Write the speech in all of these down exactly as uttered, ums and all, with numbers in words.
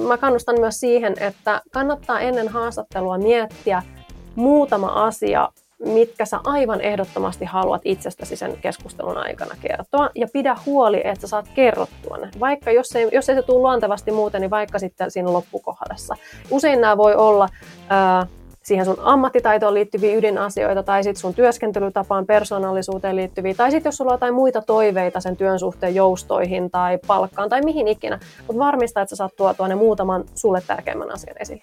mä kannustan myös siihen, että kannattaa ennen haastattelua miettiä muutama asia, mitkä sä aivan ehdottomasti haluat itsestäsi sen keskustelun aikana kertoa. Ja pidä huoli, että sä saat kerrottua ne. Vaikka jos ei, jos ei se tule luontevasti muuten, niin vaikka sitten siinä loppukohdassa. Usein nämä voi olla ää, siihen sun ammattitaitoon liittyviä ydinasioita, tai sitten sun työskentelytapaan, persoonallisuuteen liittyviä, tai sitten jos sulla on jotain muita toiveita sen työn suhteen joustoihin tai palkkaan tai mihin ikinä. Mutta varmista, että sä saat tuotua ne muutaman sulle tärkeimmän asian esille.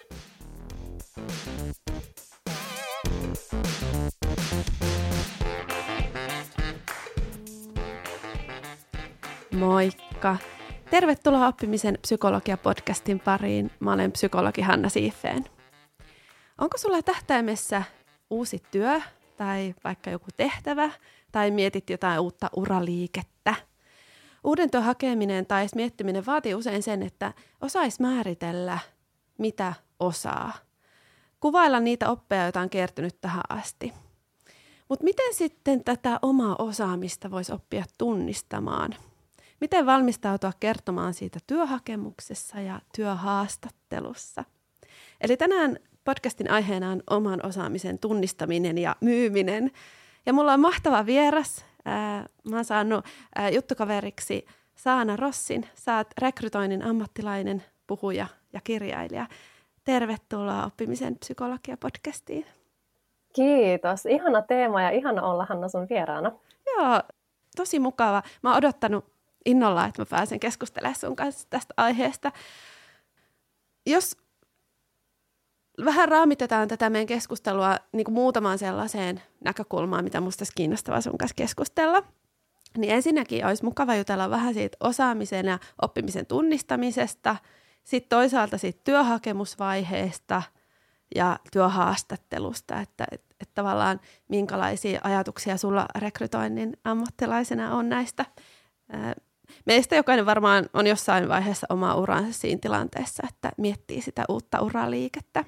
Moikka! Tervetuloa Oppimisen psykologia-podcastin pariin. Mä olen psykologi Hanna Siiffeen. Onko sulla tähtäimessä uusi työ tai vaikka joku tehtävä tai mietit jotain uutta uraliikettä? Uuden työn hakeminen tai edes miettiminen vaatii usein sen, että osaisi määritellä, mitä osaa. Kuvailla niitä oppeja, joita on kertynyt tähän asti. Mutta miten sitten tätä omaa osaamista voisi oppia tunnistamaan? Miten valmistautua kertomaan siitä työhakemuksessa ja työhaastattelussa? Eli tänään podcastin aiheena on oman osaamisen tunnistaminen ja myyminen. Ja mulla on mahtava vieras. Ää, mä oon saanut ää, juttukaveriksi Saana Rossin. Sä oot rekrytoinnin ammattilainen, puhuja ja kirjailija. Tervetuloa Oppimisen psykologia-podcastiin. Kiitos. Ihana teema ja ihana olla Hanna sun vieraana. Joo, tosi mukava. Mä oon odottanut innolla, että mä pääsen keskustelemaan sun kanssa tästä aiheesta. Jos vähän raamitetaan tätä meidän keskustelua niin kuin muutamaan sellaiseen näkökulmaan, mitä musta olisi kiinnostavaa sun kanssa keskustella, niin ensinnäkin olisi mukava jutella vähän siitä osaamisen ja oppimisen tunnistamisesta, sitten toisaalta siitä työhakemusvaiheesta ja työhaastattelusta, että, että, että tavallaan minkälaisia ajatuksia sulla rekrytoinnin ammattilaisena on näistä. Meistä jokainen varmaan on jossain vaiheessa omaa uransa siinä tilanteessa, että miettii sitä uutta uraliikettä.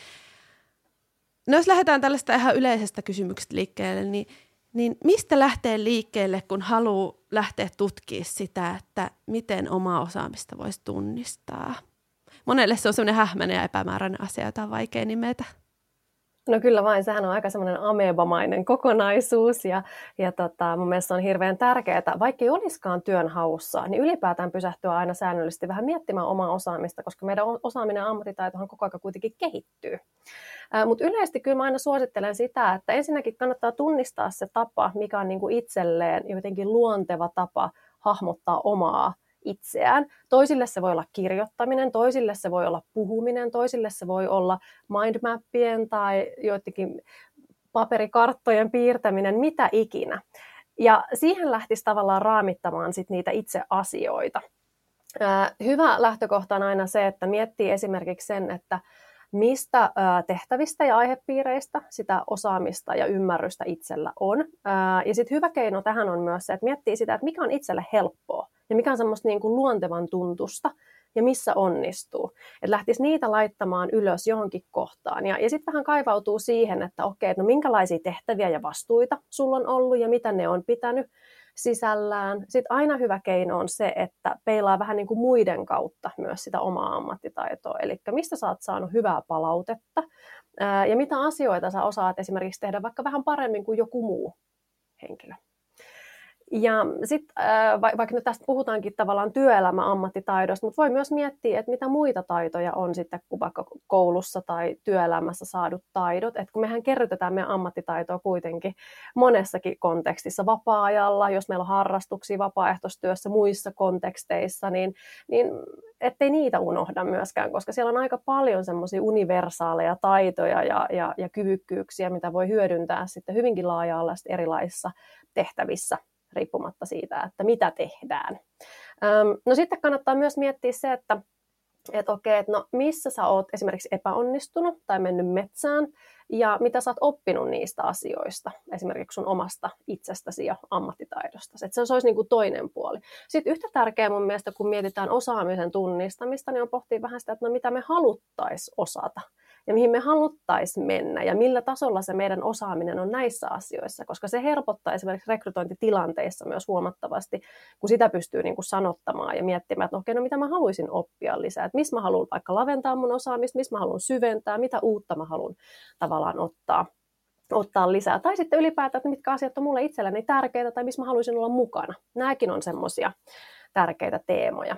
No jos lähdetään tällaista ihan yleisestä kysymyksestä liikkeelle, niin, niin mistä lähtee liikkeelle, kun haluaa lähteä tutkimaan sitä, että miten omaa osaamista voisi tunnistaa? Monelle se on sellainen hähmäinen ja epämääräinen asia, jota on vaikea nimetä. No kyllä vain, sehän on aika semmoinen amebamainen kokonaisuus ja, ja tota, mun mielestä on hirveän tärkeää, vaikka ei olisikaan työnhaussa, niin ylipäätään pysähtyä aina säännöllisesti vähän miettimään omaa osaamista, koska meidän osaaminen ja ammattitaitohan koko ajan kuitenkin kehittyy. Mutta yleisesti kyllä mä aina suosittelen sitä, että ensinnäkin kannattaa tunnistaa se tapa, mikä on niinku itselleen jotenkin luonteva tapa hahmottaa omaa itseään. Toisille se voi olla kirjoittaminen, toisille se voi olla puhuminen, toisille se voi olla mindmappien tai joidenkin paperikarttojen piirtäminen, mitä ikinä. Ja siihen lähtisi tavallaan raamittamaan sit niitä itse asioita. Hyvä lähtökohta on aina se, että miettii esimerkiksi sen, että mistä tehtävistä ja aihepiireistä sitä osaamista ja ymmärrystä itsellä on. Ja sitten hyvä keino tähän on myös se, että miettii sitä, että mikä on itselle helppoa ja mikä on semmoista niin kuin luontevan tuntusta ja missä onnistuu. Että lähtisi niitä laittamaan ylös johonkin kohtaan. Ja, ja sitten vähän kaivautuu siihen, että okei, no minkälaisia tehtäviä ja vastuita sulla on ollut ja mitä ne on pitänyt sisällään. Sitten aina hyvä keino on se, että peilaa vähän niin kuin muiden kautta myös sitä omaa ammattitaitoa. Eli mistä sä oot saanut hyvää palautetta ja mitä asioita sä osaat esimerkiksi tehdä vaikka vähän paremmin kuin joku muu henkilö. Ja sitten vaikka nyt tästä puhutaankin tavallaan työelämä-ammattitaidosta, mutta voi myös miettiä, että mitä muita taitoja on sitten kuin vaikka koulussa tai työelämässä saadut taidot. Että kun mehän kerrytetään meidän ammattitaitoa kuitenkin monessakin kontekstissa vapaa-ajalla, jos meillä on harrastuksia vapaaehtoistyössä muissa konteksteissa, niin, niin ettei niitä unohda myöskään, koska siellä on aika paljon semmoisia universaaleja taitoja ja, ja, ja kyvykkyyksiä, mitä voi hyödyntää sitten hyvinkin laaja-alaisesti erilaisissa tehtävissä, riippumatta siitä, että mitä tehdään. No sitten kannattaa myös miettiä se, että et okei, että no missä sä oot esimerkiksi epäonnistunut tai mennyt metsään ja mitä sä oot oppinut niistä asioista, esimerkiksi sun omasta itsestäsi ja ammattitaidosta. Että se olisi niin kuin toinen puoli. Sitten yhtä tärkeää mun mielestä, kun mietitään osaamisen tunnistamista, niin on pohtia vähän sitä, että no mitä me haluttaisiin osata. ja mihin me haluttaisiin mennä ja millä tasolla se meidän osaaminen on näissä asioissa, koska se helpottaa esimerkiksi rekrytointitilanteissa myös huomattavasti, kun sitä pystyy niin kuin sanottamaan ja miettimään, että no okei, no mitä mä haluaisin oppia lisää, että missä mä haluan vaikka laventaa mun osaamista, missä mä haluan syventää, mitä uutta mä haluan tavallaan ottaa. ottaa lisää. Tai sitten ylipäätään, että mitkä asiat on mulle itselleni tärkeitä tai missä mä haluaisin olla mukana. Nämäkin on semmoisia tärkeitä teemoja.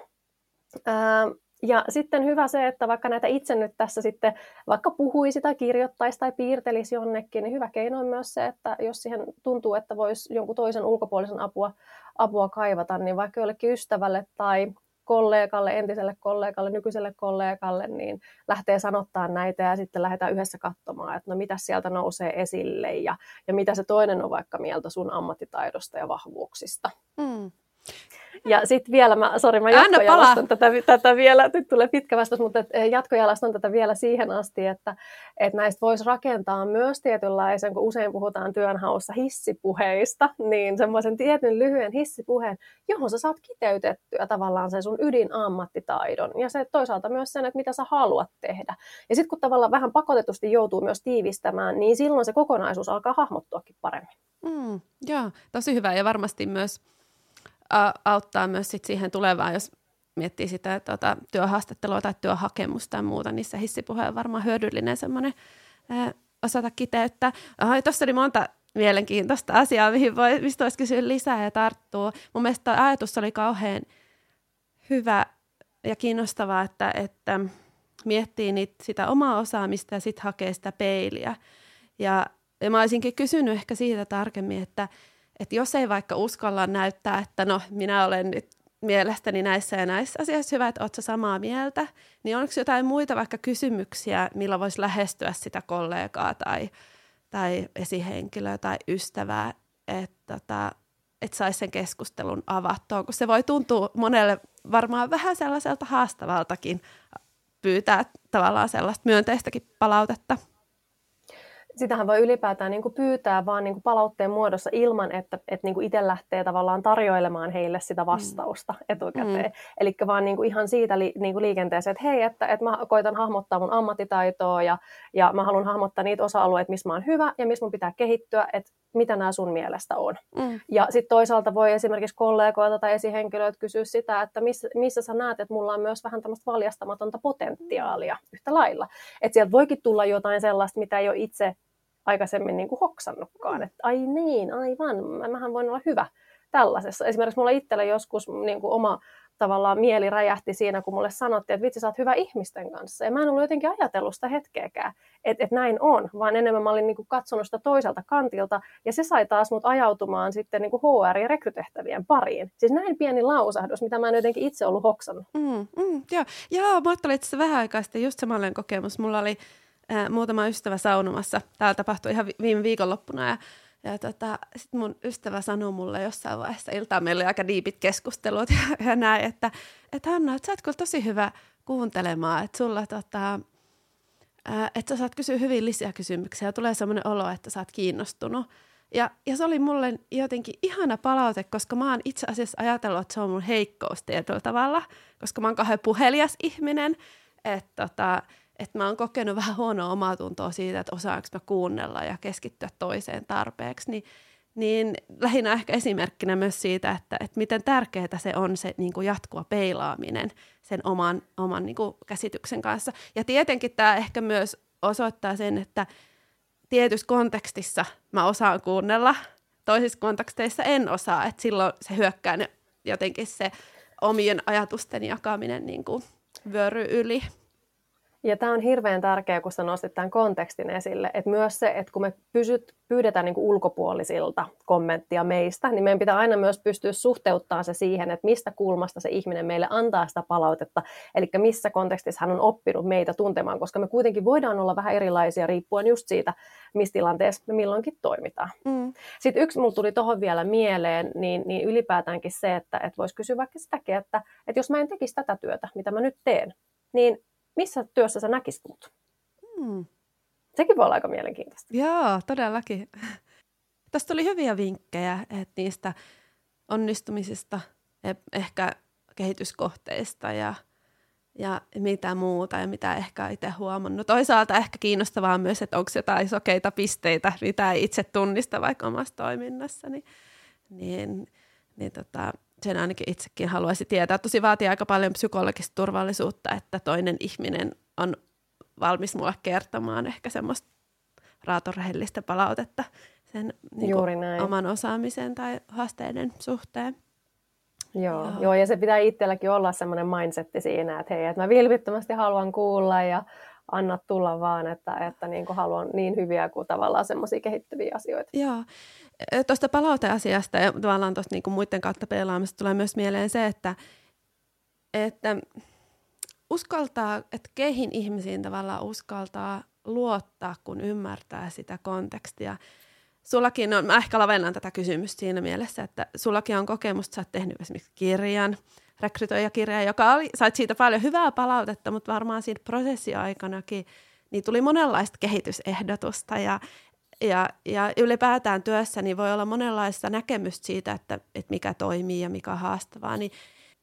Ää, ja sitten hyvä se, että vaikka näitä itse nyt tässä sitten vaikka puhuisi tai kirjoittaisi tai piirtelisi jonnekin, niin hyvä keino on myös se, että jos siihen tuntuu, että voisi jonkun toisen ulkopuolisen apua, apua kaivata, niin vaikka jollekin ystävälle tai kollegalle, entiselle kollegalle, nykyiselle kollegalle, niin lähtee sanottaa näitä ja sitten lähdetään yhdessä katsomaan, että no mitä sieltä nousee esille ja, ja mitä se toinen on vaikka mieltä sun ammattitaidosta ja vahvuuksista. Mm. Ja sitten vielä, mä, sori mä jatkojalastan tätä, tätä vielä, nyt tulee pitkä vastaus, mutta jatkojalastan tätä vielä siihen asti, että, että näistä voisi rakentaa myös tietynlaisen, kun usein puhutaan työnhaussa hissipuheista, niin semmoisen tietyn lyhyen hissipuheen, johon sä saat kiteytettyä tavallaan sen sun ydinammattitaidon ja se toisaalta myös sen, että mitä sä haluat tehdä. Ja sitten kun tavallaan vähän pakotetusti joutuu myös tiivistämään, niin silloin se kokonaisuus alkaa hahmottuakin paremmin. Mm, joo, tosi hyvä ja varmasti myös auttaa myös sit siihen tulevaan, jos miettii sitä tuota, työhaastattelua tai työhakemusta ja muuta, niin se hissipuhe on varmaan hyödyllinen semmoinen ää, osata kiteyttää. Tuossa oli monta mielenkiintoista asiaa, mihin voi, mistä voisi kysyä lisää ja tarttua. Mun mielestä ajatus oli kauhean hyvä ja kiinnostavaa, että, että miettii niitä, sitä omaa osaamista ja sitten hakee sitä peiliä. Ja, ja mä olisinkin kysynyt ehkä siitä tarkemmin, että Että jos ei vaikka uskalla näyttää, että no minä olen nyt mielestäni näissä ja näissä asioissa hyvä, että oletko sä samaa mieltä, niin onko jotain muita vaikka kysymyksiä, millä voisi lähestyä sitä kollegaa tai, tai esihenkilöä tai ystävää, että, että, että saisi sen keskustelun avattua, kun se voi tuntua monelle varmaan vähän sellaiselta haastavaltakin pyytää tavallaan sellaista myönteistäkin palautetta. Sitähän voi ylipäätään niin kuin pyytää vaan niin kuin palautteen muodossa ilman, että, että niin kuin itse lähtee tavallaan tarjoilemaan heille sitä vastausta mm. etukäteen. Mm. Eli vaan niin kuin ihan siitä li, niin kuin liikenteeseen, että hei, että, että mä koitan hahmottaa mun ammattitaitoa ja, ja mä haluan hahmottaa niitä osa-alueita, missä mä oon hyvä ja missä mun pitää kehittyä, että mitä nämä sun mielestä on. Mm. Ja sitten toisaalta voi esimerkiksi kollegoilta tai esihenkilöiltä kysyä sitä, että missä, missä sä näet, että mulla on myös vähän tämmöistä valjastamatonta potentiaalia yhtä lailla. Että sieltä voikin tulla jotain sellaista, mitä ei ole itse aikaisemmin niin kuin hoksannutkaan. Että ai niin, aivan, mähän voin olla hyvä tällaisessa. Esimerkiksi mulla itsellä joskus niin kuin oma tavallaan mieli räjähti siinä, kun mulle sanottiin, että vitsi, sä oot hyvä ihmisten kanssa. Ja mä en ollut jotenkin ajatellut sitä hetkeäkään, että, että näin on, vaan enemmän mä olin niin kuin katsonut sitä toiselta kantilta, ja se sai taas mut ajautumaan sitten niin kuin H R- ja rekrytehtävien pariin. Siis näin pieni lausahdus, mitä mä en jotenkin itse ollut hoksannut. Mm, mm, joo, joo, mulla oli itse asiassa vähän aikaa sitten just samanlainen kokemus. Mulla oli äh, muutama ystävä saunomassa. Täällä tapahtui ihan vi- viime viikonloppuna, ja Ja tota, sitten mun ystävä sanoi mulle jossain vaiheessa iltaa, meillä oli aika diipit keskustelut ja, ja näin, että et Hanna, että sä oot kyllä tosi hyvä kuuntelemaan, että sulla tota, ää, että sä saat kysyä hyvin lisää kysymyksiä ja tulee semmoinen olo, että sä oot kiinnostunut. Ja, ja se oli mulle jotenkin ihana palaute, koska mä oon itse asiassa ajatellut, että se on mun heikkous tietyllä tavalla, koska mä oon kauhean puhelias ihminen, että tota, että mä oon kokenut vähän huonoa omatuntoa siitä, että osaanko mä kuunnella ja keskittyä toiseen tarpeeksi, niin, niin lähinnä ehkä esimerkkinä myös siitä, että, että miten tärkeää se on se niin kuin jatkuva peilaaminen sen oman, oman niin kuin käsityksen kanssa. Ja tietenkin tämä ehkä myös osoittaa sen, että tietyssä kontekstissa mä osaan kuunnella, toisissa konteksteissa en osaa, että silloin se hyökkää jotenkin se omien ajatusten jakaminen niin kuin vyöry yli. Ja tämä on hirveän tärkeää, kun sä nostit tämän kontekstin esille, että myös se, että kun me pysyt, pyydetään niin kuin ulkopuolisilta kommenttia meistä, niin meidän pitää aina myös pystyä suhteuttamaan se siihen, että mistä kulmasta se ihminen meille antaa sitä palautetta, eli missä kontekstissa hän on oppinut meitä tuntemaan, koska me kuitenkin voidaan olla vähän erilaisia riippuen just siitä, missä tilanteessa me milloinkin toimitaan. Mm. Sitten yksi mulla tuli tuohon vielä mieleen, niin, niin ylipäätäänkin se, että, että voisi kysyä vaikka sitäkin, että, että jos mä en tekisi tätä työtä, mitä mä nyt teen, niin missä työssä sä näkisit mut? Hmm. Sekin voi olla aika mielenkiintoista. Joo, todellakin. Tästä oli hyviä vinkkejä, että niistä onnistumisista, ehkä kehityskohteista ja, ja mitä muuta ja mitä ehkä itse huomannut. Toisaalta ehkä kiinnostavaa myös, että onko jotain sokeita pisteitä, mitä ei itse tunnista vaikka omassa toiminnassani. Niin, niin tota, sen ainakin itsekin haluaisi tietää. Tosi vaatii aika paljon psykologista turvallisuutta, että toinen ihminen on valmis mulle kertomaan ehkä semmoista raatorehellistä palautetta sen niin kuin, oman osaamisen tai haasteiden suhteen. Joo, joo. joo, ja se pitää itselläkin olla semmoinen mindsetti siinä, että hei, että mä vilpittömästi haluan kuulla ja anna tulla vaan, että, että niin kuin haluan niin hyviä kuin tavallaan semmoisia kehittyviä asioita. Joo, tuosta palauteasiasta ja tavallaan tuosta niin kuin muiden kautta pelaamista tulee myös mieleen se, että, että uskaltaa, että keihin ihmisiin tavallaan uskaltaa luottaa, kun ymmärtää sitä kontekstia. Sullakin on, mä ehkä lavennan tätä kysymystä siinä mielessä, että sullakin on kokemusta, sä oot tehnyt esimerkiksi kirjan, rekrytoijakirja, joka oli, sait siitä paljon hyvää palautetta, mutta varmaan siinä prosessiaikanakin niin tuli monenlaista kehitysehdotusta ja, ja, ja ylipäätään työssä niin voi olla monenlaista näkemystä siitä, että, että mikä toimii ja mikä on haastavaa, niin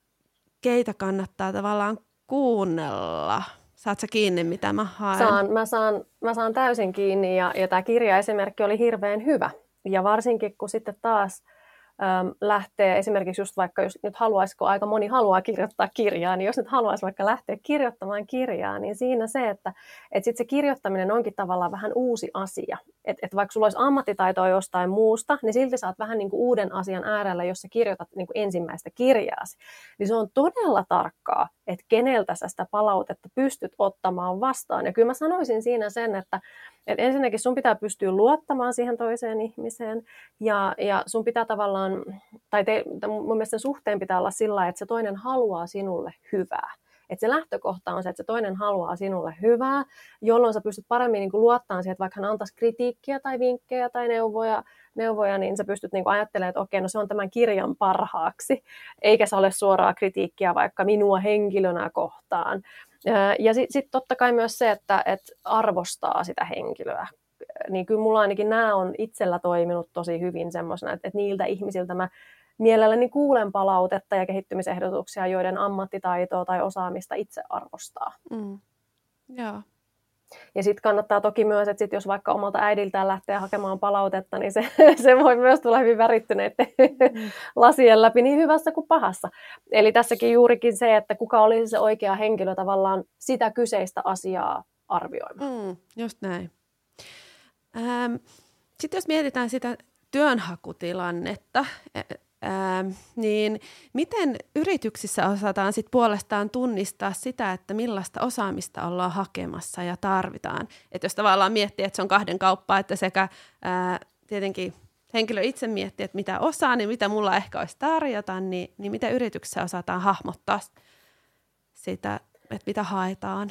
keitä kannattaa tavallaan kuunnella? Saat sä kiinni, mitä mä haen? Saan, mä, saan, mä saan täysin kiinni ja, ja tämä kirjaesimerkki oli hirveän hyvä. Ja varsinkin kun sitten taas äm, lähtee esimerkiksi just vaikka, jos nyt haluaisiko, aika moni haluaa kirjoittaa kirjaa, niin jos nyt haluaisi vaikka lähteä kirjoittamaan kirjaa, niin siinä se, että et sit se kirjoittaminen onkin tavallaan vähän uusi asia. Että et vaikka sulla olisi ammattitaitoa jostain muusta, niin silti sä oot vähän niin kuin uuden asian äärellä, jos sä kirjoitat niin kuin ensimmäistä kirjaasi. Niin se on todella tarkkaa, että keneltä sä sitä palautetta pystyt ottamaan vastaan. Ja kyllä mä sanoisin siinä sen, että, että ensinnäkin sun pitää pystyä luottamaan siihen toiseen ihmiseen, ja, ja sun pitää tavallaan, tai te, mun mielestä sen suhteen pitää olla sillä lailla, että se toinen haluaa sinulle hyvää. Että se lähtökohta on se, että se toinen haluaa sinulle hyvää, jolloin sä pystyt paremmin niin kuin luottamaan siihen, että vaikka hän antaisi kritiikkiä tai vinkkejä tai neuvoja, neuvoja niin sä pystyt niin kuin ajattelemaan, että okei, no se on tämän kirjan parhaaksi, eikä se ole suoraa kritiikkiä vaikka minua henkilönä kohtaan. Ja sitten sit totta kai myös se, että et arvostaa sitä henkilöä. Niin kyllä mulla ainakin nämä on itsellä toiminut tosi hyvin semmoisena, että, että niiltä ihmisiltä mä mielelläni kuulen palautetta ja kehittymisehdotuksia, joiden ammattitaitoa tai osaamista itse arvostaa. Mm. Joo. Ja sitten kannattaa toki myös, että sit jos vaikka omalta äidiltään lähtee hakemaan palautetta, niin se, se voi myös tulla hyvin värittyneiden mm. lasien läpi niin hyvässä kuin pahassa. Eli tässäkin juurikin se, että kuka olisi se oikea henkilö tavallaan sitä kyseistä asiaa arvioimaan. Mm, just näin. Ähm, sitten jos mietitään sitä työnhakutilannetta, Ähm, niin miten yrityksissä osataan sit puolestaan tunnistaa sitä, että millaista osaamista ollaan hakemassa ja tarvitaan? Että jos tavallaan miettii, että se on kahden kauppaa, että sekä ää, tietenkin henkilö itse miettii, että mitä osaa, niin mitä mulla ehkä olisi tarjota, niin, niin miten yrityksissä osataan hahmottaa sitä, että mitä haetaan?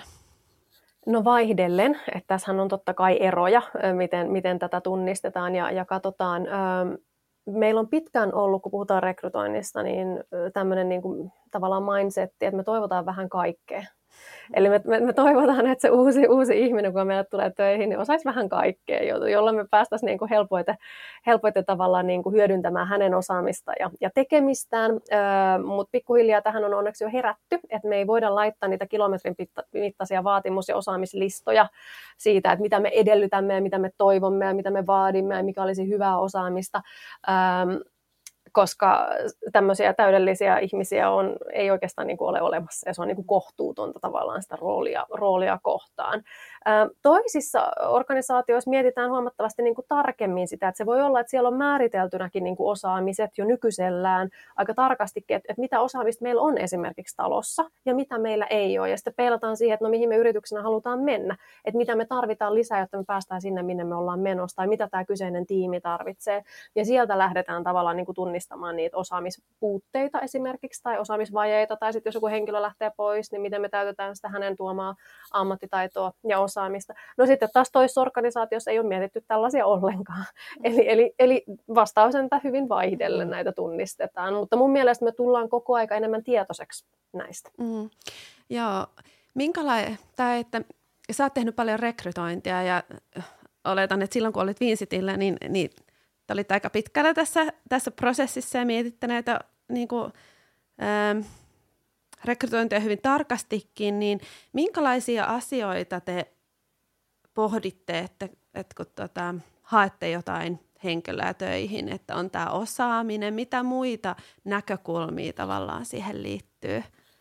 No vaihdellen, että tässähän on totta kai eroja, miten, miten tätä tunnistetaan ja, ja katsotaan. Meillä on pitkään ollut, kun puhutaan rekrytoinnista, niin tämmöinen niin kuin, tavallaan mindsetti, että me toivotaan vähän kaikkea. Eli me, me, me toivotaan, että se uusi, uusi ihminen, kun meille tulee töihin, niin osaisi vähän kaikkea, jolloin me päästäisiin niin kuin helpoiten, helpoiten tavallaan niin kuin hyödyntämään hänen osaamista ja, ja tekemistään. Öö, Mutta pikkuhiljaa tähän on onneksi jo herätty, että me ei voida laittaa niitä kilometrin mittaisia vaatimus- ja osaamislistoja siitä, että mitä me edellytämme ja mitä me toivomme ja mitä me vaadimme ja mikä olisi hyvää osaamista. Öö, koska tämmöisiä täydellisiä ihmisiä on, ei oikeastaan niin kuin ole olemassa ja se on niin kuin kohtuutonta tavallaan sitä roolia, roolia kohtaan. Toisissa organisaatioissa mietitään huomattavasti niin kuin tarkemmin sitä, että se voi olla, että siellä on määriteltynäkin niin kuin osaamiset jo nykyisellään aika tarkastikin, että, että mitä osaamista meillä on esimerkiksi talossa ja mitä meillä ei ole. Ja sitten peilataan siihen, että no mihin me yrityksenä halutaan mennä, että mitä me tarvitaan lisää, jotta me päästään sinne, minne me ollaan menossa tai mitä tämä kyseinen tiimi tarvitsee. Ja sieltä lähdetään tavallaan niin kuin tunnistamaan niitä osaamispuutteita esimerkiksi tai osaamisvajeita tai sitten jos joku henkilö lähtee pois, niin miten me täytetään sitä hänen tuomaa ammattitaitoa ja osaamista. No sitten taas toisessa organisaatiossa ei ole mietitty tällaisia ollenkaan. Eli, eli, eli vastaus on, että hyvin vaihdellen näitä tunnistetaan, mutta mun mielestä me tullaan koko aika enemmän tietoiseksi näistä. Mm. Joo, minkälainen, tai että sä oot tehnyt paljon rekrytointia ja oletan, että silloin kun olit Vincitillä, niin, niin te olitte aika pitkällä tässä, tässä prosessissa ja mietitte näitä niin kuin, ähm, rekrytointia hyvin tarkastikin, niin minkälaisia asioita te pohditte, että, että kun tota, haette jotain henkilöä töihin, että on tämä osaaminen, mitä muita näkökulmia tavallaan siihen liittyy?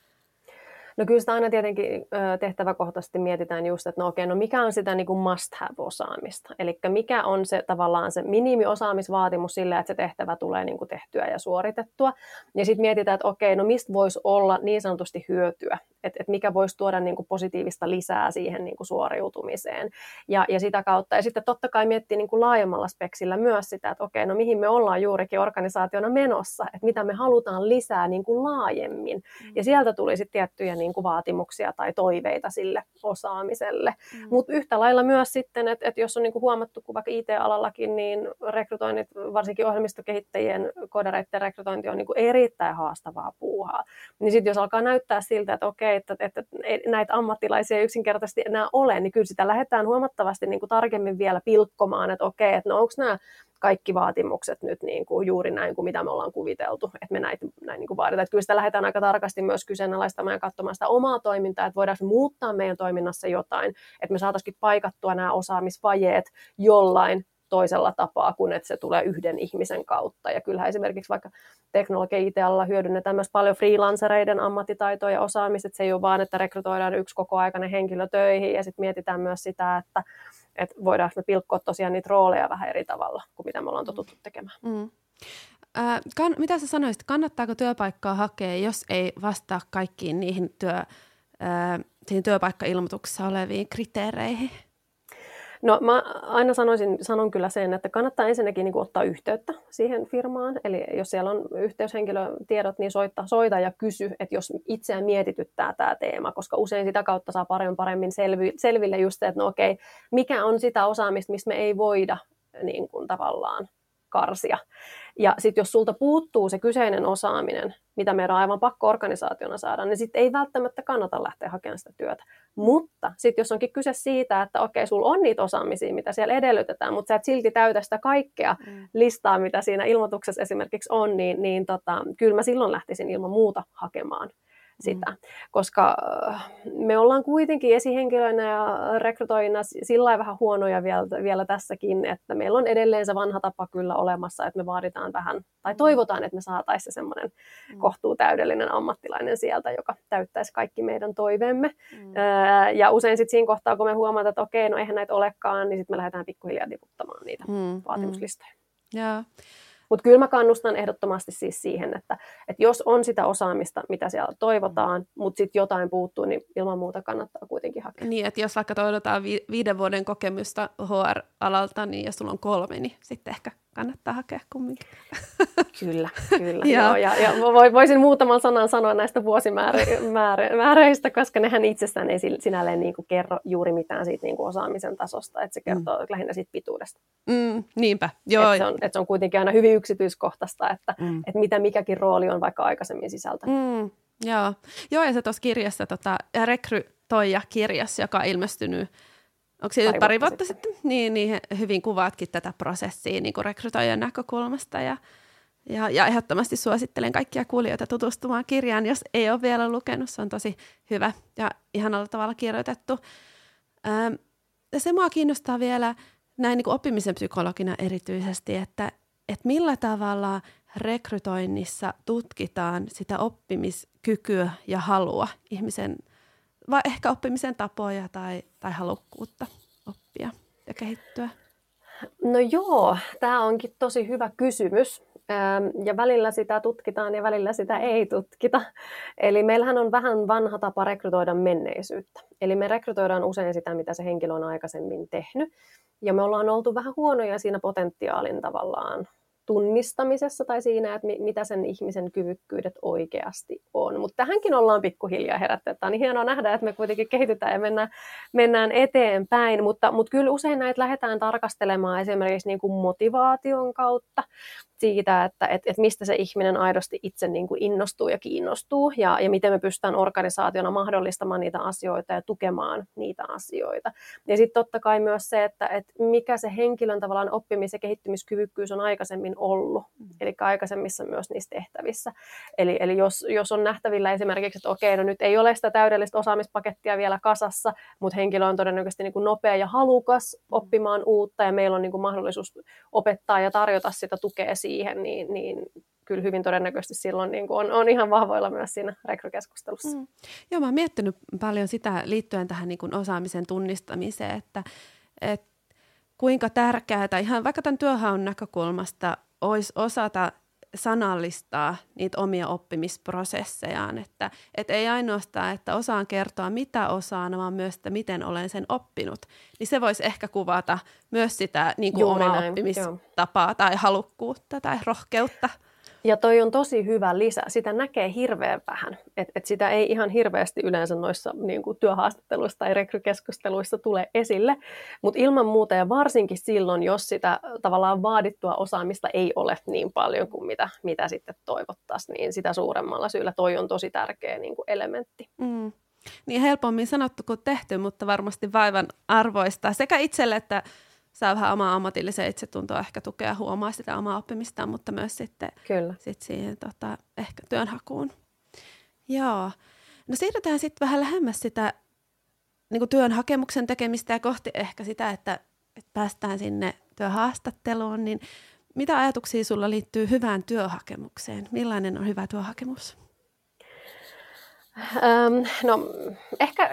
No kyllä sitä aina tietenkin tehtäväkohtaisesti mietitään just, että no okei, no mikä on sitä niin kuin must have osaamista. Eli mikä on se tavallaan se minimiosaamisvaatimus sille, että se tehtävä tulee niin kuin tehtyä ja suoritettua. Ja sitten mietitään, että okei, no mistä voisi olla niin sanotusti hyötyä. Että et mikä voisi tuoda niin kuin positiivista lisää siihen niin kuin suoriutumiseen. Ja, ja sitä kautta. Ja sitten totta kai miettii niin kuin laajemmalla speksillä myös sitä, että okei, no mihin me ollaan juurikin organisaationa menossa. Että mitä me halutaan lisää niin kuin laajemmin. Ja sieltä tuli sitten tiettyjä niin kuin vaatimuksia tai toiveita sille osaamiselle. Mm. Mutta yhtä lailla myös sitten, että, että jos on niin kuin huomattu, kun vaikka I T-alallakin, niin rekrytoinnit, varsinkin ohjelmistokehittäjien, koodareiden rekrytointi on niin kuin erittäin haastavaa puuhaa. Niin sitten jos alkaa näyttää siltä, että okei, että, että näitä ammattilaisia ei yksinkertaisesti enää ole, niin kyllä sitä lähdetään huomattavasti niin kuin tarkemmin vielä pilkkomaan, että okei, että no onko nämä kaikki vaatimukset nyt niin kuin juuri näin kuin mitä me ollaan kuviteltu, että me näitä näin niin kuin vaaditaan. Että kyllä sitä lähdetään aika tarkasti myös kyseenalaistamaan ja katsomaan sitä omaa toimintaa, että voidaanko muuttaa meidän toiminnassa jotain, että me saataisiin paikattua nämä osaamisvajeet jollain toisella tapaa, kun että se tulee yhden ihmisen kautta. Ja kyllähän esimerkiksi vaikka teknologia I T-alalla hyödynnetään myös paljon freelancereiden ammattitaitoja ja osaamista, että se ei ole vaan, että rekrytoidaan yksi kokoaikainen henkilö töihin ja sitten mietitään myös sitä, että että voidaanko me pilkkoa tosiaan niitä rooleja vähän eri tavalla kuin mitä me ollaan totuttu tekemään. Mm. Äh, kann, mitä sä sanoisit, kannattaako työpaikkaa hakea, jos ei vastaa kaikkiin niihin työ, äh, siihen työpaikkailmoituksessa oleviin kriteereihin? No mä aina sanoisin, sanon kyllä sen, että kannattaa ensinnäkin niin kuin ottaa yhteyttä siihen firmaan. Eli jos siellä on yhteyshenkilötiedot, niin soita, soita ja kysy, että jos itseään mietityttää tämä teema, koska usein sitä kautta saa paljon paremmin selvi, selville just se, että no okei, mikä on sitä osaamista, mistä me ei voida niin kuin tavallaan karsia. Ja sitten jos sulta puuttuu se kyseinen osaaminen, mitä meidän on aivan pakko organisaationa saada, niin sitten ei välttämättä kannata lähteä hakemaan sitä työtä. Mutta sitten jos onkin kyse siitä, että okei, sulla on niitä osaamisia, mitä siellä edellytetään, mutta sä et silti täytä sitä kaikkea mm. listaa, mitä siinä ilmoituksessa esimerkiksi on, niin, niin tota, kyllä mä silloin lähtisin ilman muuta hakemaan sitä, mm. koska me ollaan kuitenkin esihenkilöinä ja rekrytoijina sillä lailla vähän huonoja vielä, vielä tässäkin, että meillä on edelleen se vanha tapa kyllä olemassa, että me vaaditaan vähän, tai toivotaan, että me saataisiin se semmoinen mm. kohtuutäydellinen ammattilainen sieltä, joka täyttäisi kaikki meidän toiveemme. Mm. Ja usein sitten siinä kohtaa, kun me huomataan, että okei, no eihän näitä olekaan, niin sitten me lähdetään pikkuhiljaa tiputtamaan niitä mm. vaatimuslistoja. Mm. Yeah. Mutta kyllä mä kannustan ehdottomasti siis siihen, että, että jos on sitä osaamista, mitä siellä toivotaan, mutta sitten jotain puuttuu, niin ilman muuta kannattaa kuitenkin hakea. Niin, että jos vaikka toivotaan vi- viiden vuoden kokemusta H R-alalta, niin jos sulla on kolme, niin sitten ehkä kannattaa hakea kumminkin. Kyllä, kyllä. Joo, ja, ja voisin muutaman sanan sanoa näistä vuosimääreistä, koska nehän itsessään ei sinälleen niin kuin kerro juuri mitään siitä niin kuin osaamisen tasosta, että se kertoo mm. lähinnä siitä pituudesta. Mm, niinpä, joo. Että se, että se on kuitenkin aina hyvin yksityiskohtaista, että, mm. että mitä mikäkin rooli on vaikka aikaisemmin sisältä. Mm, joo. joo, ja se tuossa kirjassa, tota, Rekrytoija-kirjassa, joka on ilmestynyt, onko se pari, pari vuotta sitten, sitten? Niin, niin hyvin kuvaatkin tätä prosessia niin kuin rekrytoijan näkökulmasta, ja, ja, ja ehdottomasti suosittelen kaikkia kuulijoita tutustumaan kirjaan, jos ei ole vielä lukenut, se on tosi hyvä ja ihanalla tavalla kirjoitettu. Ähm, ja se mua kiinnostaa vielä näin niin kuin oppimisen psykologina erityisesti, että että millä tavalla rekrytoinnissa tutkitaan sitä oppimiskykyä ja halua ihmisen, vai ehkä oppimisen tapoja tai, tai halukkuutta oppia ja kehittyä? No joo, tämä onkin tosi hyvä kysymys. Ja välillä sitä tutkitaan ja välillä sitä ei tutkita. Eli meillähän on vähän vanha tapa rekrytoida menneisyyttä. Eli me rekrytoidaan usein sitä, mitä se henkilö on aikaisemmin tehnyt. Ja me ollaan oltu vähän huonoja siinä potentiaalin tavallaan tunnistamisessa tai siinä, että mitä sen ihmisen kyvykkyydet oikeasti on. Mutta tähänkin ollaan pikkuhiljaa herätty. Tämä on niin hienoa nähdä, että me kuitenkin kehitytään ja mennään, mennään eteenpäin, mutta, mutta kyllä usein näitä lähdetään tarkastelemaan esimerkiksi niin kuin motivaation kautta siitä, että et, et mistä se ihminen aidosti itse niin kuin innostuu ja kiinnostuu ja, ja miten me pystytään organisaationa mahdollistamaan niitä asioita ja tukemaan niitä asioita. Ja sitten totta kai myös se, että et mikä se henkilön tavallaan oppimis- ja kehittymiskyvykkyys on aikaisemmin ollut, eli aikaisemmissa myös niissä tehtävissä. Eli, eli jos, jos on nähtävillä esimerkiksi, että okei, no nyt ei ole sitä täydellistä osaamispakettia vielä kasassa, mutta henkilö on todennäköisesti niin kuin nopea ja halukas oppimaan uutta ja meillä on niin kuin mahdollisuus opettaa ja tarjota sitä tukea siihen, niin, niin kyllä hyvin todennäköisesti silloin niin kuin on, on ihan vahvoilla myös siinä rekrykeskustelussa. Mm. Joo, mä oon miettinyt paljon sitä liittyen tähän niin kuin osaamisen tunnistamiseen, että, että kuinka tärkeää, tai ihan vaikka tämän työhaun näkökulmasta olisi osata sanallistaa niitä omia oppimisprosessejaan, että et ei ainoastaan, että osaan kertoa mitä osaan, vaan myös, että miten olen sen oppinut, niin se voisi ehkä kuvata myös sitä niin kuin omaa näin, oppimistapaa joo. tai halukkuutta tai rohkeutta. Ja toi on tosi hyvä lisä. Sitä näkee hirveän vähän. Et, et sitä ei ihan hirveästi yleensä noissa niin kuin työhaastatteluissa tai rekrykeskusteluissa tule esille. Mutta ilman muuta ja varsinkin silloin, jos sitä tavallaan vaadittua osaamista ei ole niin paljon kuin mitä, mitä sitten toivottaisiin, niin sitä suuremmalla syyllä toi on tosi tärkeä niin kuin elementti. Mm. Niin helpommin sanottu kuin tehty, mutta varmasti vaivan arvoista sekä itselle että saa vähän omaa ammatillisen itsetuntoa ehkä tukea, huomaa sitä omaa oppimistaan, mutta myös sitten sit siihen tota, ehkä työnhakuun. Joo. No siirrytään sitten vähän lähemmäs sitä niin kuin työnhakemuksen tekemistä ja kohti ehkä sitä, että, että päästään sinne työhaastatteluun. Niin mitä ajatuksia sulla liittyy hyvään työhakemukseen? Millainen on hyvä työhakemus? Ähm, no ehkä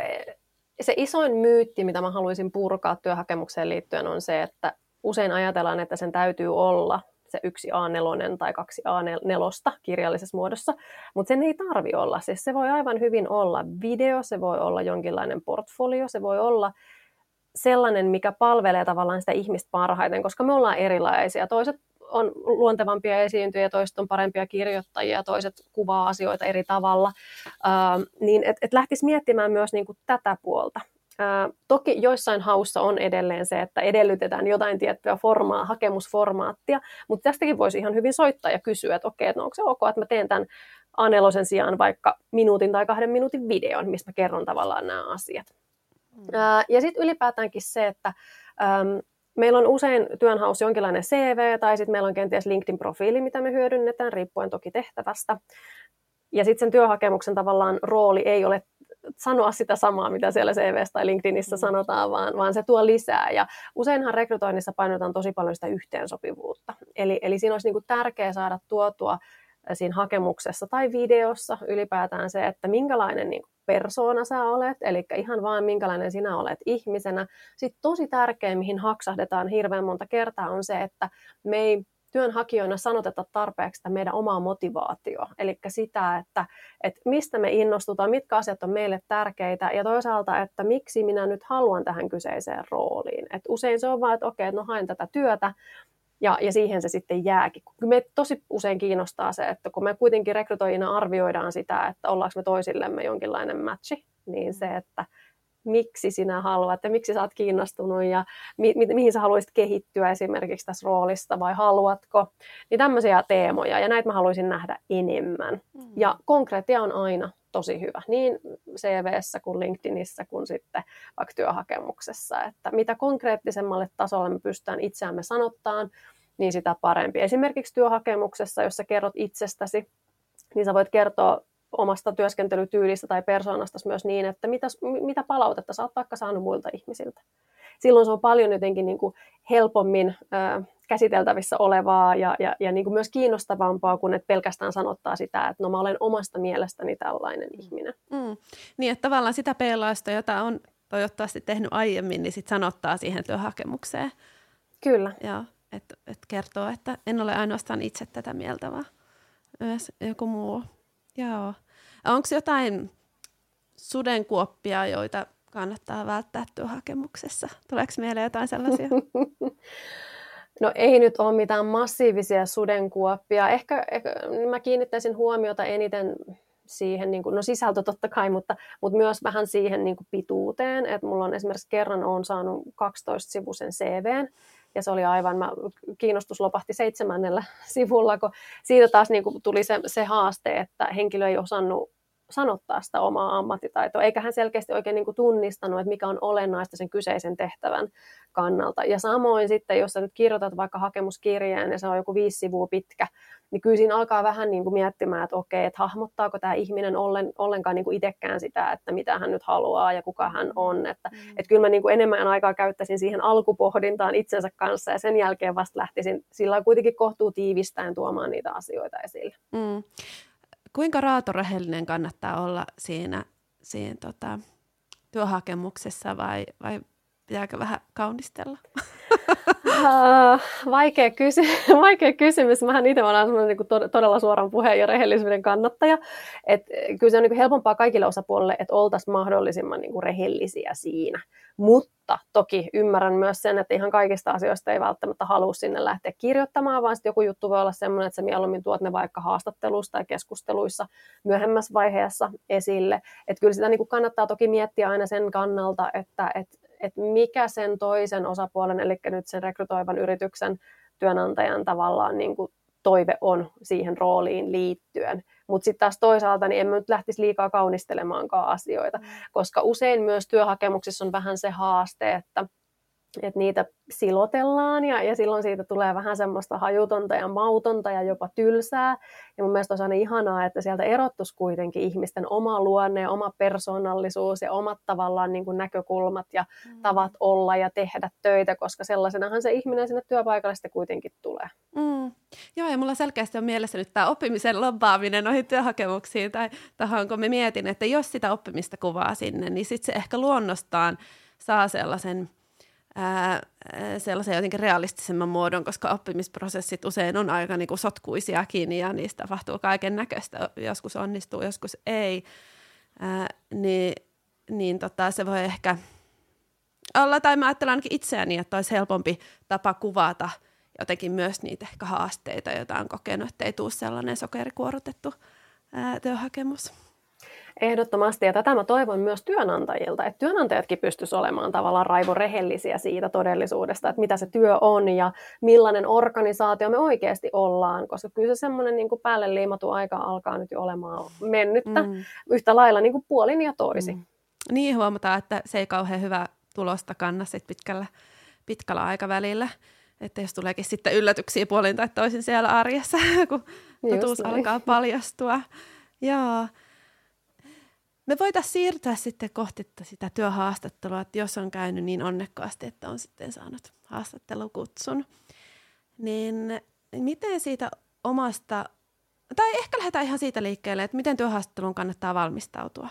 se isoin myytti, mitä mä haluaisin purkaa työhakemukseen liittyen, on se, että usein ajatellaan, että sen täytyy olla se yksi A neljä tai kaksi A neljä kirjallisessa muodossa, mutta sen ei tarvi olla. Siis se voi aivan hyvin olla video, se voi olla jonkinlainen portfolio, se voi olla sellainen, mikä palvelee tavallaan sitä ihmistä parhaiten, koska me ollaan erilaisia. Toiset on luontevampia esiintyjiä, toiset on parempia kirjoittajia, toiset kuvaa asioita eri tavalla, uh, niin että et lähtisi miettimään myös niinku tätä puolta. Uh, toki joissain haussa on edelleen se, että edellytetään jotain tiettyä formaa, hakemusformaattia, mutta tästäkin voisi ihan hyvin soittaa ja kysyä, että okei, no onko se ok, että mä teen tämän A neljä sijaan vaikka minuutin tai kahden minuutin videon, mistä mä kerron tavallaan nämä asiat. Mm. Uh, ja sitten ylipäätäänkin se, että um, meillä on usein työnhaussa jonkinlainen C V tai sitten meillä on kenties LinkedIn-profiili, mitä me hyödynnetään, riippuen toki tehtävästä. Ja sitten sen työhakemuksen tavallaan rooli ei ole sanoa sitä samaa, mitä siellä C V:ssä tai LinkedInissä mm. sanotaan, vaan, vaan se tuo lisää. Ja useinhan rekrytoinnissa painotetaan tosi paljon sitä yhteensopivuutta. Eli, eli siinä olisi niinku tärkeää saada tuotua siinä hakemuksessa tai videossa ylipäätään se, että minkälainen niinku persoona sä olet, eli ihan vaan minkälainen sinä olet ihmisenä. Sitten tosi tärkeä, mihin haksahdetaan hirveän monta kertaa, on se, että me ei työnhakijoina sanoteta tarpeeksi sitä meidän omaa motivaatio, eli sitä, että, että mistä me innostutaan, mitkä asiat on meille tärkeitä, ja toisaalta, että miksi minä nyt haluan tähän kyseiseen rooliin. Et usein se on vaan, että okei, no haen tätä työtä, Ja, ja siihen se sitten jääkin. Me tosi usein kiinnostaa se, että kun me kuitenkin rekrytoijina arvioidaan sitä, että ollaanko me toisillemme jonkinlainen matchi, niin se, että miksi sinä haluat ja miksi sä oot kiinnostunut ja mi- mi- mihin sä haluaisit kehittyä esimerkiksi tässä roolista vai haluatko, niin tämmöisiä teemoja ja näitä mä haluaisin nähdä enemmän. Mm. Ja konkreettia on aina tosi hyvä, niin C V:ssä kuin LinkedInissä kuin sitten vaikka työhakemuksessa, että mitä konkreettisemmalle tasolle me pystytään itseämme sanottaan, niin sitä parempi. Esimerkiksi työhakemuksessa, jos sä kerrot itsestäsi, niin sä voit kertoa omasta työskentelytyylistä tai persoonasta myös niin, että mitä, mitä palautetta sä oot vaikka saanut muilta ihmisiltä. Silloin se on paljon jotenkin niin kuin helpommin äh, käsiteltävissä olevaa ja, ja, ja niin kuin myös kiinnostavampaa, kun et pelkästään sanottaa sitä, että no mä olen omasta mielestäni tällainen ihminen. Mm. Niin, että tavallaan sitä peilausta, jota on toivottavasti tehnyt aiemmin, niin sit sanottaa siihen työhakemukseen. Kyllä. Joo, että et kertoo, että en ole ainoastaan itse tätä mieltä, vaan myös joku muu. Joo. Onko jotain sudenkuoppia, joita kannattaa välttää työhakemuksessa? Tuleeko mieleen jotain sellaisia? No ei nyt ole mitään massiivisia sudenkuoppia. Ehkä, ehkä mä kiinnittäisin huomiota eniten siihen, niin kuin, no sisältö totta kai, mutta, mutta myös vähän siihen niin kuin pituuteen. Että mulla on esimerkiksi kerran olen saanut kaksitoista sivuisen C V:n, ja se oli aivan, mä, kiinnostus lopahti seitsemännellä sivulla, kun siitä taas niin kuin tuli se, se haaste, että henkilö ei osannut sanottaa sitä omaa ammattitaitoa, eikä hän selkeästi oikein niin kuin tunnistanut, että mikä on olennaista sen kyseisen tehtävän kannalta. Ja samoin sitten, jos sä nyt kirjoitat vaikka hakemuskirjeen ja se on joku viisi sivua pitkä, niin kyllä siinä alkaa vähän niin kuin miettimään, että okei, että hahmottaako tämä ihminen ollen, ollenkaan niin kuin itsekään sitä, että mitä hän nyt haluaa ja kuka hän on. Että, mm. että kyllä mä niin kuin enemmän aikaa käyttäisin siihen alkupohdintaan itsensä kanssa ja sen jälkeen vasta lähtisin sillä kuitenkin kohtuu tiivistäen tuomaan niitä asioita esille. Mm. Kuinka raatorehellinen kannattaa olla siinä, siinä tota, työhakemuksessa vai, vai pitääkö vähän kaunistella? Uh, vaikea, kysy- vaikea kysymys. Mähän itse olen semmoinen niin to- todella suoran puheen ja rehellisyyden kannattaja. Et, kyllä se on niin kuin helpompaa kaikille osapuolille, että oltaisiin mahdollisimman niin kuin rehellisiä siinä. Mutta toki ymmärrän myös sen, että ihan kaikista asioista ei välttämättä halua sinne lähteä kirjoittamaan, vaan joku juttu voi olla semmoinen, että sä mieluummin tuot ne vaikka haastatteluissa tai keskusteluissa myöhemmässä vaiheessa esille. Et kyllä sitä niin kuin kannattaa toki miettiä aina sen kannalta, että et, että mikä sen toisen osapuolen, eli nyt sen rekrytoivan yrityksen työnantajan tavallaan niin kuin toive on siihen rooliin liittyen. Mutta sitten taas toisaalta niin en mä nyt lähtisi liikaa kaunistelemaankaan asioita, mm. koska usein myös työhakemuksissa on vähän se haaste, että, että niitä silotellaan ja, ja silloin siitä tulee vähän semmoista hajutonta ja mautonta ja jopa tylsää. Ja mun mielestä olisi aina ihanaa, että sieltä erottuisi kuitenkin ihmisten oma luonne ja oma persoonallisuus ja omat tavallaan niin kuin näkökulmat ja mm. tavat olla ja tehdä töitä, koska sellaisenahan se ihminen sinne työpaikalle sitten kuitenkin tulee. Mm. Joo, ja mulla selkeästi on mielessä nyt tämä oppimisen lobbaaminen noihin työhakemuksiin tai tähän, kun me mietin, että jos sitä oppimista kuvaa sinne, niin sitten se ehkä luonnostaan saa sellaisen Ää, sellaisen jotenkin realistisemman muodon, koska oppimisprosessit usein on aika niin kuin sotkuisiakin ja niistä tapahtuu kaiken näköistä, joskus onnistuu, joskus ei, Ää, niin, niin tota, se voi ehkä olla, tai mä ajattelen ainakin itseäni, että olisi helpompi tapa kuvata jotenkin myös niitä ehkä haasteita, joita on kokenut, että ei tule sellainen sokerikuorutettu ää, työhakemus. Ehdottomasti, ja tätä mä toivon myös työnantajilta, että työnantajatkin pystyisivät olemaan tavallaan raivorehellisiä siitä todellisuudesta, että mitä se työ on ja millainen organisaatio me oikeasti ollaan, koska kyllä se semmoinen niin kuin päälle liimattu aika alkaa nyt jo olemaan mennyttä mm. yhtä lailla niin kuin puolin ja toisin. Mm. Niin huomataan, että se ei kauhean hyvä tulosta kanna sit pitkällä, pitkällä aikavälillä, että jos tuleekin sitten yllätyksiä puolin tai toisin siellä arjessa, kun totuus alkaa paljastua. Joo. Me voitaisiin siirtyä sitten kohti sitä työhaastattelua, että jos on käynyt niin onnekkaasti, että on sitten saanut haastattelukutsun, niin miten siitä omasta, tai ehkä lähdetään ihan siitä liikkeelle, että miten työhaastatteluun kannattaa valmistautua?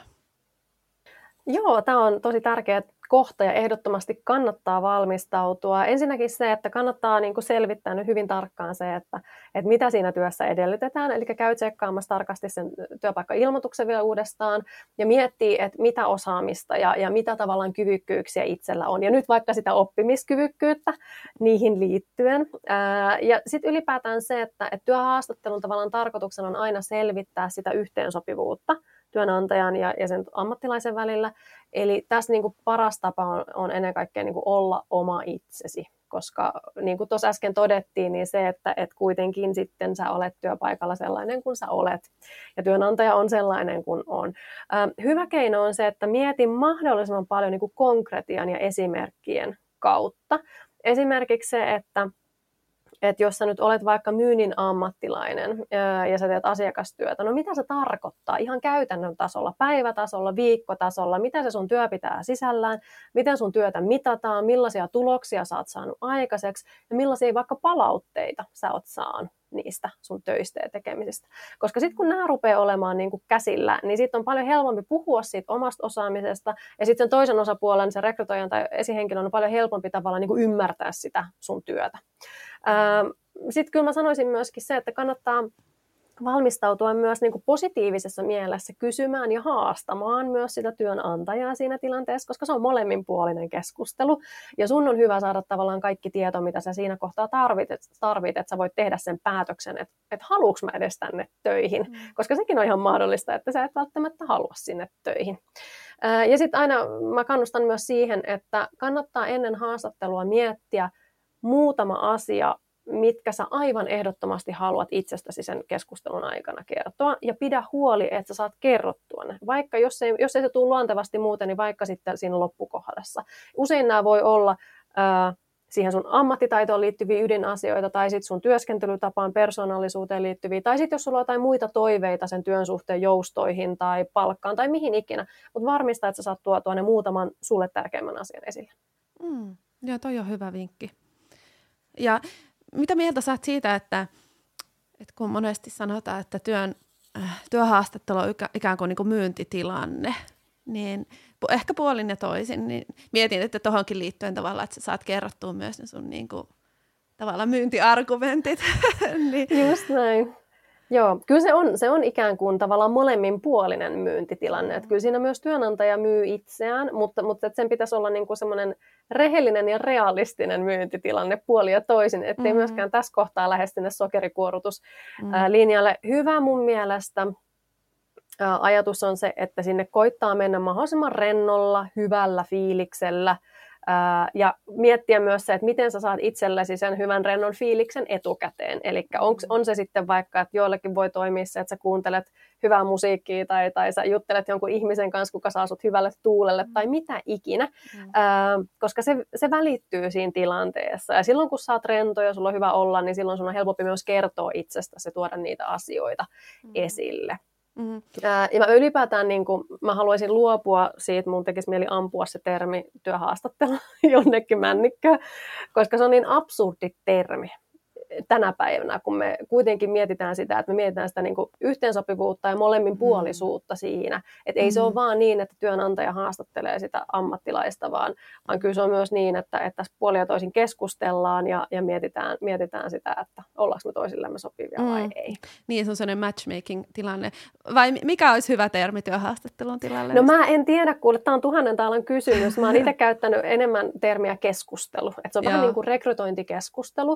Joo, tämä on tosi tärkeä kohta ja ehdottomasti kannattaa valmistautua. Ensinnäkin se, että kannattaa niin kuin selvittää nyt hyvin tarkkaan se, että, että mitä siinä työssä edellytetään. Eli käy tsekkaamassa tarkasti sen työpaikka-ilmoituksen vielä uudestaan ja miettii, että mitä osaamista ja, ja mitä tavallaan kyvykkyyksiä itsellä on. Ja nyt vaikka sitä oppimiskyvykkyyttä niihin liittyen. Ää, ja sitten ylipäätään se, että, että työhaastattelun tavallaan tarkoituksena on aina selvittää sitä yhteensopivuutta työnantajan ja, ja sen ammattilaisen välillä. Eli tässä niin kuin paras tapa on, on ennen kaikkea niin kuin olla oma itsesi, koska niin kuin tuossa äsken todettiin, niin se, että et kuitenkin sitten sä olet työpaikalla sellainen kuin sä olet, ja työnantaja on sellainen kuin on. Äh, hyvä keino on se, että mieti mahdollisimman paljon niin kuin konkretian ja esimerkkien kautta. Esimerkiksi se, että että jos sä nyt olet vaikka myynnin ammattilainen ja sä teet asiakastyötä, no mitä se tarkoittaa ihan käytännön tasolla, päivätasolla, viikkotasolla, mitä se sun työ pitää sisällään, miten sun työtä mitataan, millaisia tuloksia sä oot saanut aikaiseksi ja millaisia vaikka palautteita sä oot saanut niistä sun töistä ja tekemisistä. Koska sitten kun nämä rupeaa olemaan niin kuin käsillä, niin sitten on paljon helpompi puhua siitä omasta osaamisesta ja sitten sen toisen osapuolen, sen rekrytoijan tai esihenkilön on paljon helpompi tavallaan niin kuin ymmärtää sitä sun työtä. Sitten kyllä mä sanoisin myöskin se, että kannattaa valmistautua myös niin kuin positiivisessa mielessä kysymään ja haastamaan myös sitä työnantajaa siinä tilanteessa, koska se on molemminpuolinen keskustelu. Ja sun on hyvä saada tavallaan kaikki tieto, mitä sä siinä kohtaa tarvit, että tarvit, että sä voit tehdä sen päätöksen, että, että haluuks mä edes tänne töihin. Mm. Koska sekin on ihan mahdollista, että sä et välttämättä halua sinne töihin. Ja sitten aina mä kannustan myös siihen, että kannattaa ennen haastattelua miettiä, muutama asia, mitkä sä aivan ehdottomasti haluat itsestäsi sen keskustelun aikana kertoa, ja pidä huoli, että sä saat kerrottua ne. Vaikka jos ei, jos ei se tule luontevasti muuten, niin vaikka sitten siinä loppukohdassa. Usein nämä voi olla ää, siihen sun ammattitaitoon liittyviä ydinasioita, tai sitten sun työskentelytapaan, persoonallisuuteen liittyviä, tai sitten jos sulla on jotain muita toiveita sen työn suhteen joustoihin tai palkkaan tai mihin ikinä, mutta varmista, että sä saat tuotua ne muutaman sulle tärkeimmän asian esille. Mm, joo, toi on hyvä vinkki. Ja mitä mieltä sä oot siitä, että, että kun monesti sanotaan, että työn, äh, työhaastattelu on ikään kuin, niin kuin myyntitilanne, niin ehkä puolin ja toisin, niin mietin, että tuohonkin liittyen tavallaan, että sä saat kerrottua myös ne sun niin kuin, tavallaan myyntiargumentit. niin. Just näin. Joo, kyllä se on, se on ikään kuin tavallaan molemminpuolinen myyntitilanne. Että kyllä siinä myös työnantaja myy itseään, mutta, mutta sen pitäisi olla niin kuin semmoinen rehellinen ja realistinen myyntitilanne puoli ja toisin, ettei mm. myöskään tässä kohtaa lähde sinne sokerikuorutuslinjalle. Mm. Hyvä mun mielestä. Ajatus on se, että sinne koittaa mennä mahdollisimman rennolla, hyvällä fiiliksellä ää, ja miettiä myös se, että miten sä saat itsellesi sen hyvän rennon fiiliksen etukäteen. Eli on se sitten vaikka, että joillekin voi toimia se, että sä kuuntelet hyvää musiikkia tai, tai sä juttelet jonkun ihmisen kanssa, kuka saa sut hyvälle tuulelle tai mitä ikinä, mm. ää, koska se, se välittyy siinä tilanteessa. Ja silloin kun sä oot rento ja sulla on hyvä olla, niin silloin sun on helpompi myös kertoa itsestäsi ja tuoda niitä asioita mm. esille. Mm-hmm. Ja mä ylipäätään niin kun, mä haluaisin luopua siitä, mun tekisi mieli ampua se termi työhaastattelu jonnekin männikköön, koska se on niin absurdi termi tänä päivänä, kun me kuitenkin mietitään sitä, että me mietitään sitä niin kuin yhteensopivuutta ja molemminpuolisuutta mm. siinä. Että ei mm. se ole vaan niin, että työnantaja haastattelee sitä ammattilaista, vaan, vaan kyllä se on myös niin, että, että tässä puolin ja toisin keskustellaan ja, ja mietitään, mietitään sitä, että ollaanko me toisillemme sopivia mm. vai ei. Niin, se on sellainen matchmaking-tilanne. Vai mikä olisi hyvä termi työhaastattelun tilalle? No mä en tiedä, kuule, tämä on tuhannen taalan kysymys. Mä oon itse käyttänyt enemmän termiä keskustelu. Että se on vähän niin kuin rekrytointikeskustelu.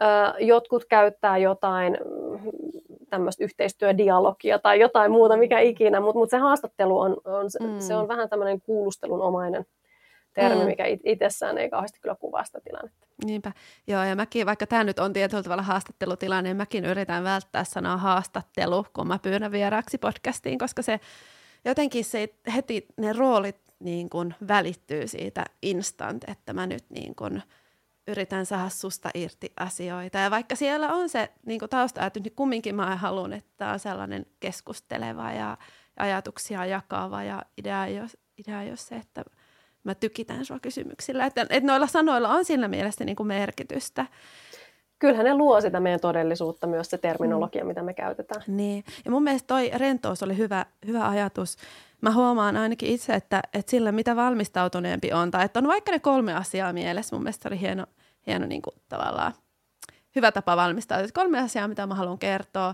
Jotkut käyttää jotain tämmöistä yhteistyödialogia tai jotain muuta, mikä ikinä, mutta mut se haastattelu on, on, mm. se on vähän tämmöinen kuulustelunomainen termi, mm. mikä itsessään ei kauheasti kyllä kuvaa sitä tilannetta. Niinpä. Joo, ja mäkin, vaikka tämä nyt on tietyllä tavalla haastattelutilanne, niin mäkin yritän välttää sanaa haastattelu, kun mä pyydän vieraaksi podcastiin, koska se jotenkin se heti ne roolit niin kun välittyy siitä instant, että mä nyt niin kun yritän saada susta irti asioita. Ja vaikka siellä on se niin tausta-ajatus, niin kumminkin mä haluan, että tämä on sellainen keskusteleva ja ajatuksia jakava ja idea ei ole, idea ei ole se, että mä tykitän sua kysymyksillä. Että, että noilla sanoilla on sillä mielessä niin kuin merkitystä. Kyllähän ne luo sitä meidän todellisuutta myös se terminologia, mm. mitä me käytetään. Niin. Ja mun mielestä toi rentous oli hyvä, hyvä ajatus. Mä huomaan ainakin itse, että, että sillä mitä valmistautuneempi on, tai että on vaikka ne kolme asiaa mielessä. Mun mielestä oli hieno, hieno niin kuin tavallaan hyvä tapa valmistautua. Kolme asiaa, mitä mä haluan kertoa.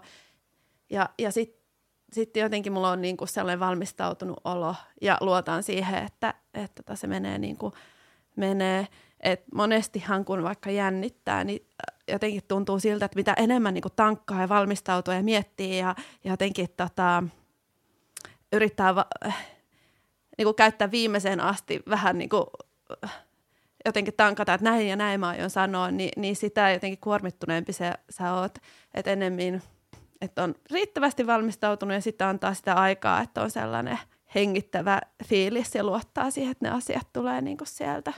Ja, ja sitten sit jotenkin mulla on niin kuin sellainen valmistautunut olo ja luotan siihen, että, että se menee niin kuin menee. Et monestihan kun vaikka jännittää, niin jotenkin tuntuu siltä, että mitä enemmän niin kuin tankkaa ja valmistautua ja miettii ja, ja jotenkin tota, yrittää va- niin kuin käyttää viimeiseen asti vähän niin kuin, jotenkin tankata, että näin ja näin mä aion sanoa, niin, niin sitä jotenkin kuormittuneempi se, sä oot, että ennemmin, että on riittävästi valmistautunut ja sitten antaa sitä aikaa, että on sellainen hengittävä fiilis ja luottaa siihen, että ne asiat tulee niin kuin sieltä.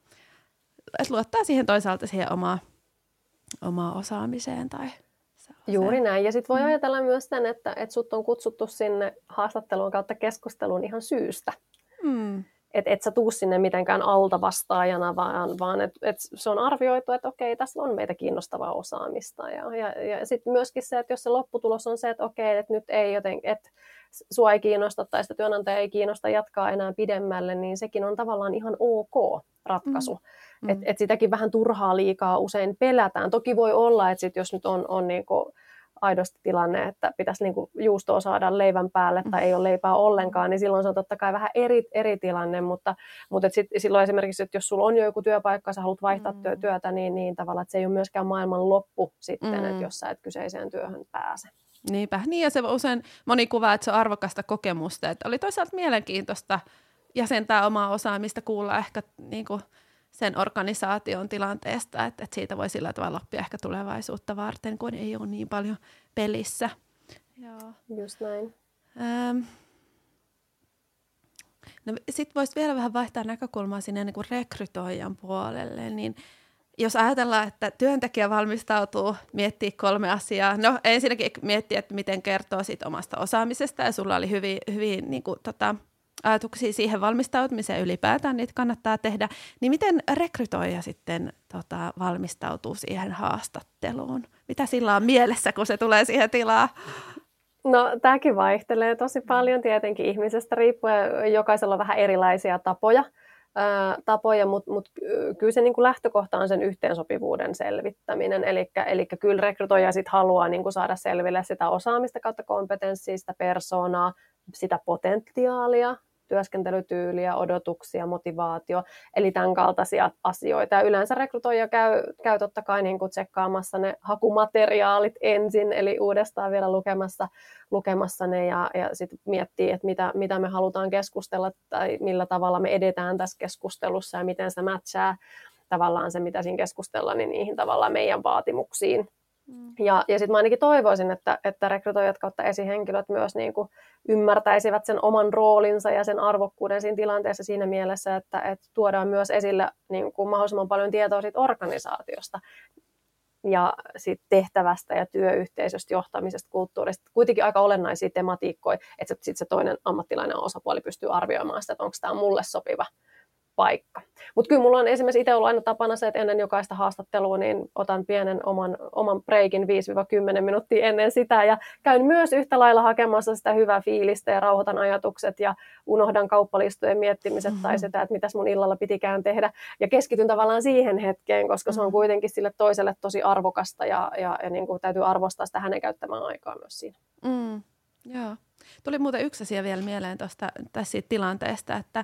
Että luottaa siihen toisaalta siihen omaan, omaan osaamiseen tai sellaiseen. Juuri näin. Ja sitten voi mm. ajatella myös sen, että, että sut on kutsuttu sinne haastatteluun kautta keskusteluun ihan syystä. Mm. Että et sä tuu sinne mitenkään altavastaajana, vaan, vaan että et se on arvioitu, että okei, tässä on meitä kiinnostavaa osaamista. Ja, ja, ja sitten myöskin se, että jos se lopputulos on se, että okei, että nyt ei joten, että sua ei kiinnosta tai sitä työnantaja ei kiinnosta jatkaa enää pidemmälle, niin sekin on tavallaan ihan ok ratkaisu. Mm. Että et sitäkin vähän turhaa liikaa usein pelätään. Toki voi olla, että sit jos nyt on, on niinku aidosti tilanne, että pitäisi niinku juustoa saada leivän päälle tai ei ole leipää ollenkaan, niin silloin se on totta kai vähän eri, eri tilanne, mutta, mutta et sit, silloin esimerkiksi, että jos sulla on jo joku työpaikka, sä haluat vaihtaa mm. työtä, niin, niin tavallaan, että se ei ole myöskään maailman loppu sitten, mm. että jos sä et kyseiseen työhön pääse. Niinpä, niin ja se usein moni kuvaa, että se on arvokasta kokemusta, että oli toisaalta mielenkiintoista jäsentää omaa osaamista, kuulla ehkä niin kuin sen organisaation tilanteesta, että, että siitä voi sillä tavalla oppia ehkä tulevaisuutta varten, kun ei ole niin paljon pelissä. Joo. Just näin. Ähm. No, sitten voisi vielä vähän vaihtaa näkökulmaa sinne niin kuin rekrytoijan puolelle, niin jos ajatellaan, että työntekijä valmistautuu, miettii kolme asiaa. No ensinnäkin miettii, että miten kertoo siitä omasta osaamisesta, ja sulla oli hyvin, hyvin niin kuin, tota, ajatuksia siihen valmistautumiseen ylipäätään, niitä kannattaa tehdä. Niin miten rekrytoija sitten tota, valmistautuu siihen haastatteluun? Mitä sillä on mielessä, kun se tulee siihen tilaan? No tämäkin vaihtelee tosi paljon tietenkin ihmisestä riippuen. Jokaisella on vähän erilaisia tapoja. tapoja, mutta mut, kyllä se niin kuin lähtökohta on sen yhteensopivuuden selvittäminen. Eli kyllä rekrytoija sit haluaa niin kuin saada selville sitä osaamista kautta kompetenssia, sitä persoonaa, sitä potentiaalia, työskentelytyyliä, odotuksia, motivaatio, eli tämän kaltaisia asioita. Ja yleensä rekrytoija käy, käy totta kai niin kuin tsekkaamassa ne hakumateriaalit ensin, eli uudestaan vielä lukemassa, lukemassa ne ja, ja sitten miettii, että mitä, mitä me halutaan keskustella tai millä tavalla me edetään tässä keskustelussa ja miten se matchaa tavallaan se, mitä siinä keskustellaan, niin niihin tavallaan meidän vaatimuksiin. Mm. Ja, ja sitten mä ainakin toivoisin, että, että rekrytoijat kautta esihenkilöt myös niin kuin ymmärtäisivät sen oman roolinsa ja sen arvokkuuden siinä tilanteessa siinä mielessä, että, että tuodaan myös esille niin kuin mahdollisimman paljon tietoa siitä organisaatiosta ja siitä tehtävästä ja työyhteisöstä, johtamisesta, kulttuurista. Kuitenkin aika olennaisia tematiikkoja, että sitten se toinen ammattilainen osapuoli pystyy arvioimaan sitä, että onko tämä mulle sopiva paikka. Mutta kyllä mulla on esimerkiksi itse ollut aina tapana se, että ennen jokaista haastattelua niin otan pienen oman, oman breikin viisi kymmenen minuuttia ennen sitä ja käyn myös yhtä lailla hakemassa sitä hyvää fiilistä ja rauhoitan ajatukset ja unohdan kauppalistojen miettimiset mm-hmm. tai sitä, että mitäs mun illalla pitikään tehdä ja keskityn tavallaan siihen hetkeen, koska se on kuitenkin sille toiselle tosi arvokasta ja, ja, ja niin kuin täytyy arvostaa sitä hänen käyttämään aikaa myös siinä. Mm, joo. Tuli muuten yksi asia vielä mieleen tuosta tässä tilanteesta, että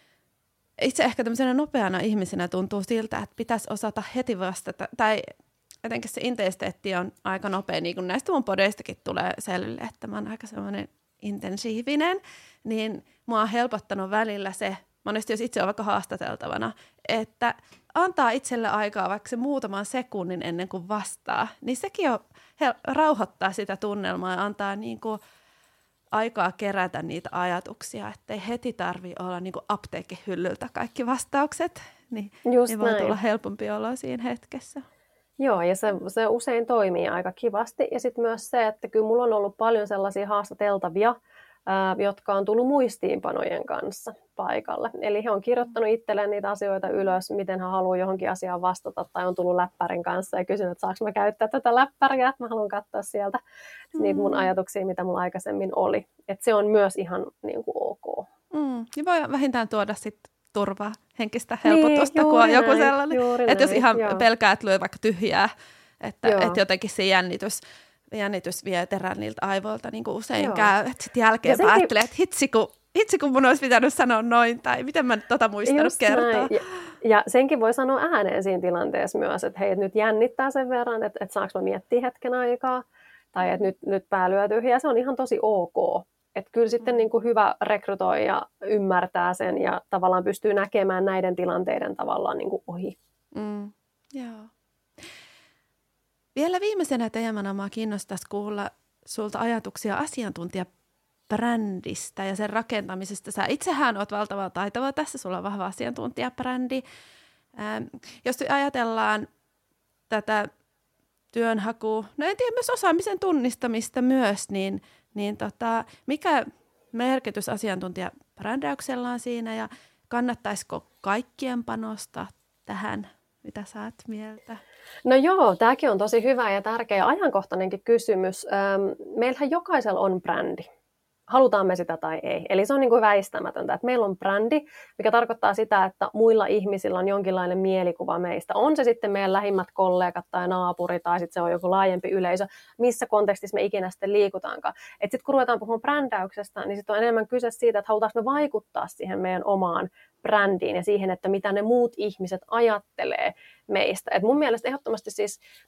itse ehkä tämmöisenä nopeana ihmisenä tuntuu siltä, että pitäisi osata heti vastata, tai jotenkin se intensiteetti on aika nopea, niin kuin näistä mun podeistakin tulee selville, että mä oon aika semmoinen intensiivinen, niin mua on helpottanut välillä se, monesti jos itse on vaikka haastateltavana, että antaa itselle aikaa vaikka se muutaman sekunnin ennen kuin vastaa, niin sekin on, rauhoittaa sitä tunnelmaa ja antaa niin kuin aikaa kerätä niitä ajatuksia, ettei heti tarvitse olla niin kuin apteekkihyllyltä kaikki vastaukset, niin, niin voi tulla helpompi olo siinä hetkessä. Joo, ja se, se usein toimii aika kivasti. Ja sitten myös se, että kyllä mulla on ollut paljon sellaisia haastateltavia, ää, jotka on tullut muistiinpanojen kanssa paikalle. Eli he on kirjoittanut itselleen niitä asioita ylös, miten he haluaa johonkin asiaan vastata, tai on tullut läppärin kanssa ja kysynyt, että saanko mä käyttää tätä läppäriä, että mä haluan katsoa sieltä mm. niitä mun ajatuksia, mitä mulla aikaisemmin oli. Että se on myös ihan niin kuin ok. Mm. Ja voi vähintään tuoda sitten turvaa, henkistä helpotusta, niin, kun on näin, joku sellainen. Että jos ihan joo. pelkää, että lyö vaikka tyhjää, että, että jotenkin se jännitys, jännitys vie terän niiltä aivoilta, niin kuin usein joo. käy. Että sitten jälkeen senkin ajattelee, että hitsi kun, hitsi kun mun olisi pitänyt sanoa noin, tai miten mä nyt tota muistanut just kertoa. Ja, ja senkin voi sanoa ääneen siinä tilanteessa myös, että hei, nyt jännittää sen verran, että, että saanko mä miettiä hetken aikaa, tai että nyt, nyt pää lyö tyhjää. Se on ihan tosi ok. Että kyllä sitten niin kuin hyvä rekrytoija ymmärtää sen ja tavallaan pystyy näkemään näiden tilanteiden tavallaan niin kuin ohi. Mm, joo. Vielä viimeisenä teemana minua kiinnostaisi kuulla sulta ajatuksia asiantuntijabrändistä ja sen rakentamisesta. Sä itsehän olet valtavan taitava tässä, sulla on vahva asiantuntijabrändi. Ähm, jos ajatellaan tätä työnhakua, no en tiedä myös osaamisen tunnistamista myös, niin Niin tota, mikä merkitys asiantuntijabrändäyksellä on siinä ja kannattaisiko kaikkien panostaa tähän? Mitä sä oot mieltä? No joo, tämäkin on tosi hyvä ja tärkeä ja ajankohtainenkin kysymys. Meillähän jokaisella on brändi. Halutaan me sitä tai ei. Eli se on niin kuin väistämätöntä, että meillä on brändi, mikä tarkoittaa sitä, että muilla ihmisillä on jonkinlainen mielikuva meistä. On se sitten meidän lähimmät kollegat tai naapuri tai sitten se on joku laajempi yleisö, missä kontekstissa me ikinä sitten liikutaankaan. Että sitten kun ruvetaan puhumaan brändäyksestä, niin sitten on enemmän kyse siitä, että halutaanko me vaikuttaa siihen meidän omaan brändiin ja siihen, että mitä ne muut ihmiset ajattelee meistä. Et mun mielestä ehdottomasti siis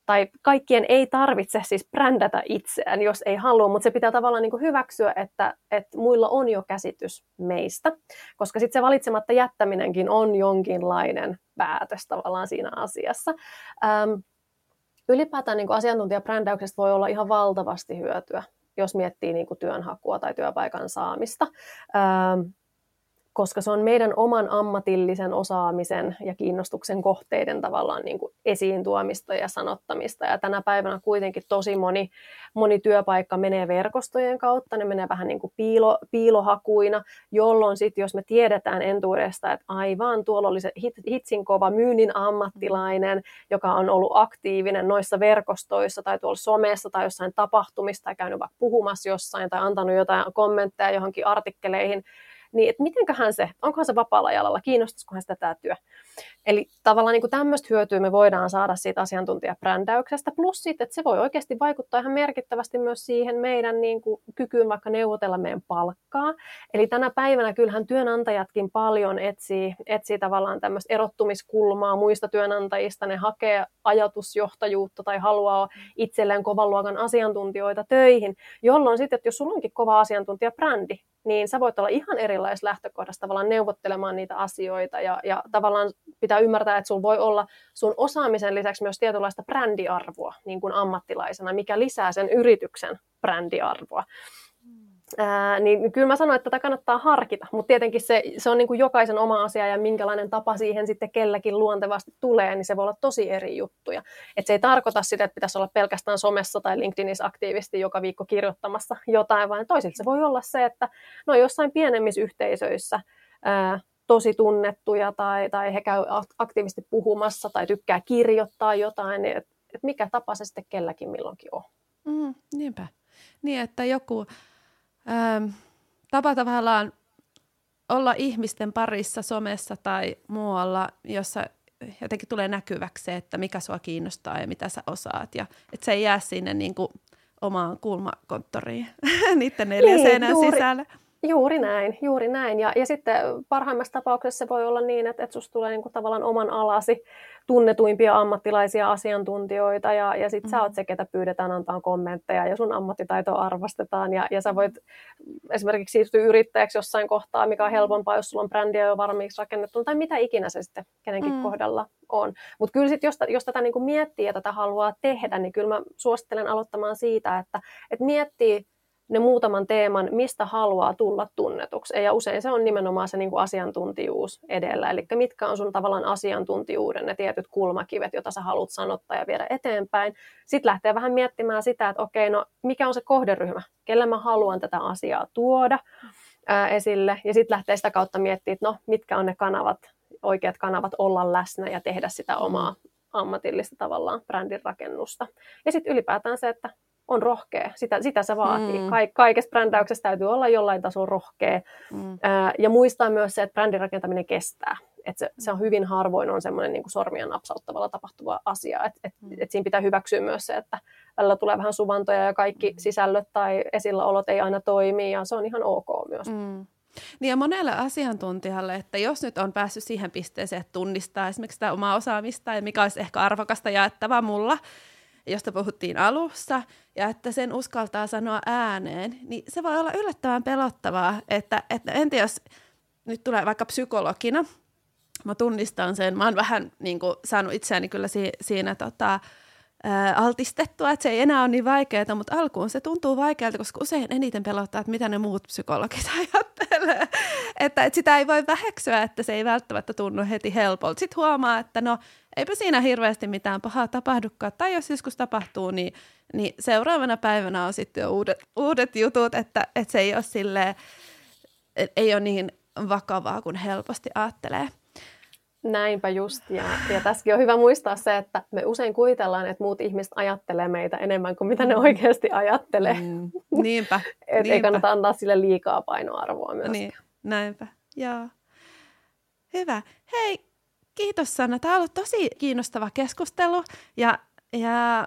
tai kaikkien ei tarvitse siis brändätä itseään, jos ei halua, mutta se pitää tavallaan niin kuin hyväksyä, että, että muilla on jo käsitys meistä, koska sitten se valitsematta jättäminenkin on jonkinlainen päätös tavallaan siinä asiassa. Ähm, ylipäätään niin kuin asiantuntijabrändäyksestä voi olla ihan valtavasti hyötyä, jos miettii niin kuin työnhakua tai työpaikan saamista. Ähm, koska se on meidän oman ammatillisen osaamisen ja kiinnostuksen kohteiden tavallaan niin kuin esiin tuomista ja sanottamista. Ja tänä päivänä kuitenkin tosi moni, moni työpaikka menee verkostojen kautta, ne menee vähän niin kuin piilo, piilohakuina, jolloin sitten jos me tiedetään entuudesta, että aivan tuolla oli se hit, hitsin kova myynnin ammattilainen, joka on ollut aktiivinen noissa verkostoissa tai tuolla somessa tai jossain tapahtumista tai käynyt vaikka puhumassa jossain tai antanut jotain kommentteja johonkin artikkeleihin, niin että mitenköhän se, onkohan se vapaalla jalalla, kiinnostaisikohan sitä tämä työ. Eli tavallaan niin kuin tämmöistä hyötyä me voidaan saada siitä asiantuntijabrändäyksestä, plus sitten, että se voi oikeasti vaikuttaa ihan merkittävästi myös siihen meidän niin kuin kykyyn vaikka neuvotella meidän palkkaa. Eli tänä päivänä kyllähän työnantajatkin paljon etsii, etsii tavallaan tämmöistä erottumiskulmaa muista työnantajista, ne hakee ajatusjohtajuutta tai haluaa itselleen kovan luokan asiantuntijoita töihin, jolloin sitten, että jos sulla onkin kova asiantuntijabrändi, niin sä voit olla ihan erilaisessa lähtökohdassa tavallaan neuvottelemaan niitä asioita ja, ja tavallaan pitää ymmärtää, että sulla voi olla sun osaamisen lisäksi myös tietynlaista brändiarvoa niin kuin ammattilaisena, mikä lisää sen yrityksen brändiarvoa. Ää, niin kyllä mä sanoin, että tätä kannattaa harkita, mutta tietenkin se, se on niin kuin jokaisen oma asia ja minkälainen tapa siihen sitten kelläkin luontevasti tulee, niin se voi olla tosi eri juttuja. Et se ei tarkoita sitä, että pitäisi olla pelkästään somessa tai LinkedInissä aktiivisesti joka viikko kirjoittamassa jotain, vaan toisilta se voi olla se, että no jossain pienemmissä yhteisöissä ää, tosi tunnettuja tai, tai he käy aktiivisesti puhumassa tai tykkää kirjoittaa jotain, niin että et mikä tapa se sitten kelläkin milloinkin on. Mm, niinpä. Niin, että joku ähm, tapa tavallaan olla ihmisten parissa somessa tai muualla, jossa jotenkin tulee näkyväksi se, että mikä sua kiinnostaa ja mitä sä osaat. Ja että se ei jää sinne niin kuin omaan kulmakonttoriin niiden neljän niin, seinän juuri, sisällä. Juuri näin, juuri näin. Ja, ja sitten parhaimmassa tapauksessa se voi olla niin, että, että susta tulee niin kuin tavallaan oman alasi tunnetuimpia ammattilaisia asiantuntijoita ja, ja sitten mm. sä oot se, ketä pyydetään antaa kommentteja ja sun ammattitaitoa arvostetaan ja, ja sä voit esimerkiksi siirtyä yrittäjäksi jossain kohtaa, mikä on helpompaa, jos sulla on brändiä jo valmiiksi rakennettu tai mitä ikinä se sitten kenenkin mm. kohdalla on. Mutta kyllä sitten, jos, jos tätä niin kuin miettii ja tätä haluaa tehdä, niin kyllä mä suosittelen aloittamaan siitä, että, että miettii ne muutaman teeman, mistä haluaa tulla tunnetuksi. Ja usein se on nimenomaan se niin kuin asiantuntijuus edellä. Eli mitkä on sun tavallaan asiantuntijuuden ne tietyt kulmakivet, joita sä haluat sanottaa ja viedä eteenpäin. Sitten lähtee vähän miettimään sitä, että okei, no mikä on se kohderyhmä, kelle mä haluan tätä asiaa tuoda ää, esille. Ja sitten lähtee sitä kautta miettimään, että no mitkä on ne kanavat, oikeat kanavat olla läsnä ja tehdä sitä omaa ammatillista tavallaan brändin rakennusta. Ja sitten ylipäätään se, että on rohkea. Sitä, sitä se vaatii. Mm. Ka- kaikessa brändäyksessä täytyy olla jollain tasolla rohkea. Mm. Ää, ja muistaa myös se, että brändin rakentaminen kestää. Et se, se on hyvin harvoin on semmoinen niin kuin sormia napsauttavalla tapahtuva asia. Et, et, mm. et siinä pitää hyväksyä myös se, että välillä tulee vähän suvantoja ja kaikki mm. sisällöt tai esilläolot ei aina toimi. Ja se on ihan ok myös. Mm. Niin ja monelle asiantuntijalle, että jos nyt on päässyt siihen pisteeseen, että tunnistaa esimerkiksi sitä omaa osaamista ja mikä olisi ehkä arvokasta jaettavaa mulla, josta puhuttiin alussa, ja että sen uskaltaa sanoa ääneen, niin se voi olla yllättävän pelottavaa, että, että entä jos nyt tulee vaikka psykologina, mä tunnistan sen, mä oon vähän niin kuin, saanut itseäni kyllä si- siinä tota, ää, altistettua, että se ei enää ole niin vaikeaa, mutta alkuun se tuntuu vaikealta, koska usein eniten pelottaa, että mitä ne muut psykologit ajattelee. Että, että sitä ei voi väheksyä, että se ei välttämättä tunnu heti helpolta. Sitten huomaa, että no eipä siinä hirveästi mitään pahaa tapahdukaan. Tai jos joskus tapahtuu, niin, niin seuraavana päivänä on sitten jo uudet, uudet jutut, että, että se ei ole silleen, ei ole niin vakavaa kuin helposti ajattelee. Näinpä just. Ja, ja tässäkin on hyvä muistaa se, että me usein kuvitellaan, että muut ihmiset ajattelee meitä enemmän kuin mitä ne oikeasti ajattelee. Mm, niinpä. Et niinpä. Ei kannata antaa sille liikaa painoarvoa myöskään. Niin, näinpä. Joo. Hyvä. Hei, kiitos Sanna. Tämä on ollut tosi kiinnostava keskustelu. Ja, ja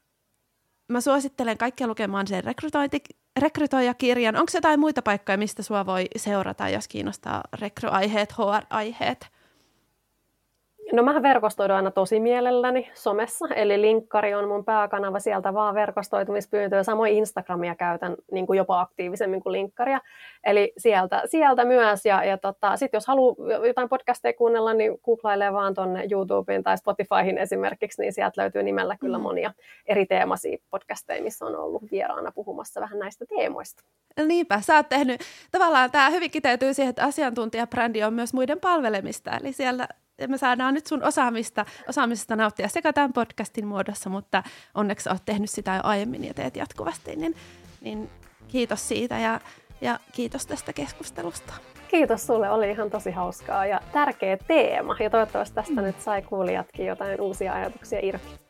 mä suosittelen kaikkia lukemaan sen rekrytointi, rekrytoijakirjan. Onko jotain muita paikkoja, mistä sua voi seurata, jos kiinnostaa rekryaiheet, H R-aiheet? No mähän verkostoidun aina tosi mielelläni somessa, eli linkkari on mun pääkanava, sieltä vaan verkostoitumispyyntöjä. Samoin Instagramia käytän niin kuin jopa aktiivisemmin kuin linkkaria, eli sieltä, sieltä myös. Ja, ja tota, sitten jos haluaa jotain podcasteja kuunnella, niin googlailee vaan tuonne YouTubeen tai Spotifyhin esimerkiksi, niin sieltä löytyy nimellä kyllä monia eri teemaisia podcasteja, missä on ollut vieraana puhumassa vähän näistä teemoista. Niinpä, sä oot tehnyt, tavallaan tämä hyvin kiteytyy siihen, että asiantuntijabrändi on myös muiden palvelemista, eli siellä me saadaan nyt sun osaamista, osaamisesta nauttia sekä tämän podcastin muodossa, mutta onneksi olet tehnyt sitä jo aiemmin ja teet jatkuvasti, niin, niin kiitos siitä ja, ja kiitos tästä keskustelusta. Kiitos sulle, oli ihan tosi hauskaa ja tärkeä teema ja toivottavasti tästä mm. nyt sai kuulijatkin jotain uusia ajatuksia irti.